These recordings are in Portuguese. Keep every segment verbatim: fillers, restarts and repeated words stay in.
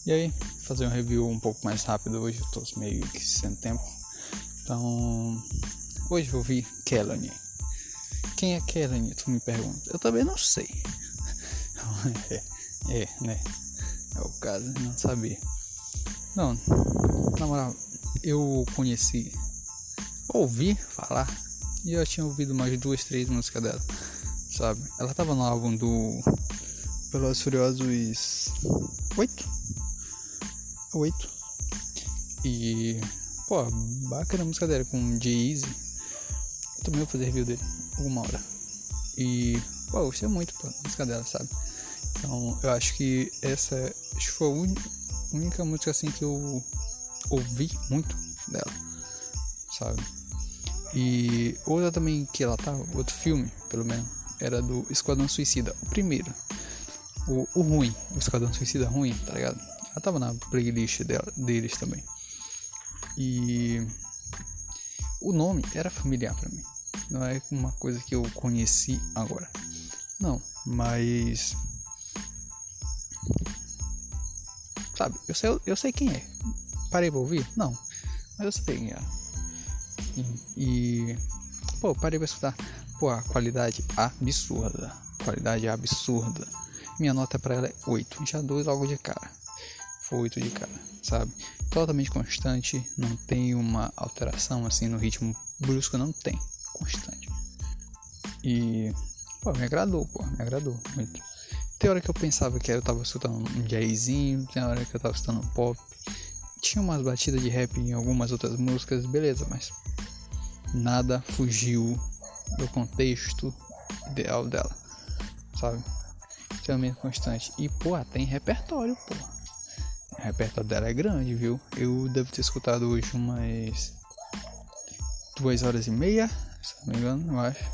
E aí, fazer um review um pouco mais rápido hoje, eu tô meio que sem tempo. Então, hoje eu vou ouvir Kelani. Quem é Kelani? Tu me pergunta. Eu também não sei. é, é, né? É o caso de não saber. Não, na moral, eu conheci, ouvi falar, e eu tinha ouvido mais duas, três músicas dela, sabe? Ela tava no álbum do Velozes e Furiosos oito? oito. E, pô, bacana a música dela com G-Eazy. Eu também vou fazer review dele alguma hora. E, pô, eu gostei muito da música dela, sabe? Então, eu acho que essa acho que foi a un... única música assim que eu ouvi muito dela, sabe? E outra também que ela tava, outro filme, pelo menos, era do Esquadrão Suicida, o primeiro. O, o ruim, o Esquadrão Suicida ruim, tá ligado? Ela tava na playlist dela, deles também. E o nome era familiar pra mim. Não é uma coisa que eu conheci agora. Não, mas sabe, eu sei, eu sei quem é. Parei pra ouvir? Não, mas eu sei quem é. E, e pô, parei pra escutar. Pô, a qualidade absurda. Qualidade absurda. Minha nota pra ela é oito. Já dou logo de cara. Foi oito de cara, sabe? Totalmente constante. Não tem uma alteração assim no ritmo brusco. Não tem. Constante. E pô, me agradou, pô. Me agradou muito. Tem hora que eu pensava que eu tava escutando um jazzinho. Tem hora que eu tava escutando um pop. Tinha umas batidas de rap em algumas outras músicas. Beleza, mas nada fugiu do contexto ideal dela, sabe? Extremamente constante. E, pô, tem repertório, pô. O repertório dela é grande, viu? Eu devo ter escutado hoje umas duas horas e meia, se não me engano, eu acho.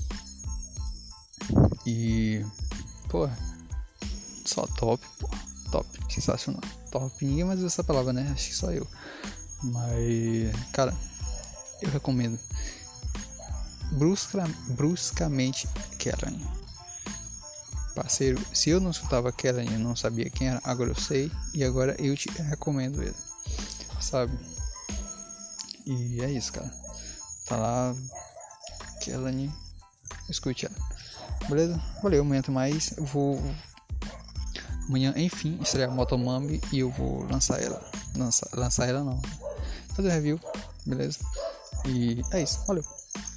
E, pô, só top, pô. Top, sensacional. Top, ninguém mais usa essa palavra, né? Acho que só eu. Mas, cara, eu recomendo Brusca, bruscamente Kelani. Parceiro, se eu não escutava Kelani, eu não sabia quem era, agora eu sei. E agora eu te recomendo ele, sabe? E é isso, cara. Tá lá, Kelani, escute ela. Beleza? Valeu, amanhã tem mais. Eu vou amanhã, enfim, estrear a Motomami e eu vou lançar ela. Lançar, lançar ela não. Fazer um review, beleza? E é isso, valeu.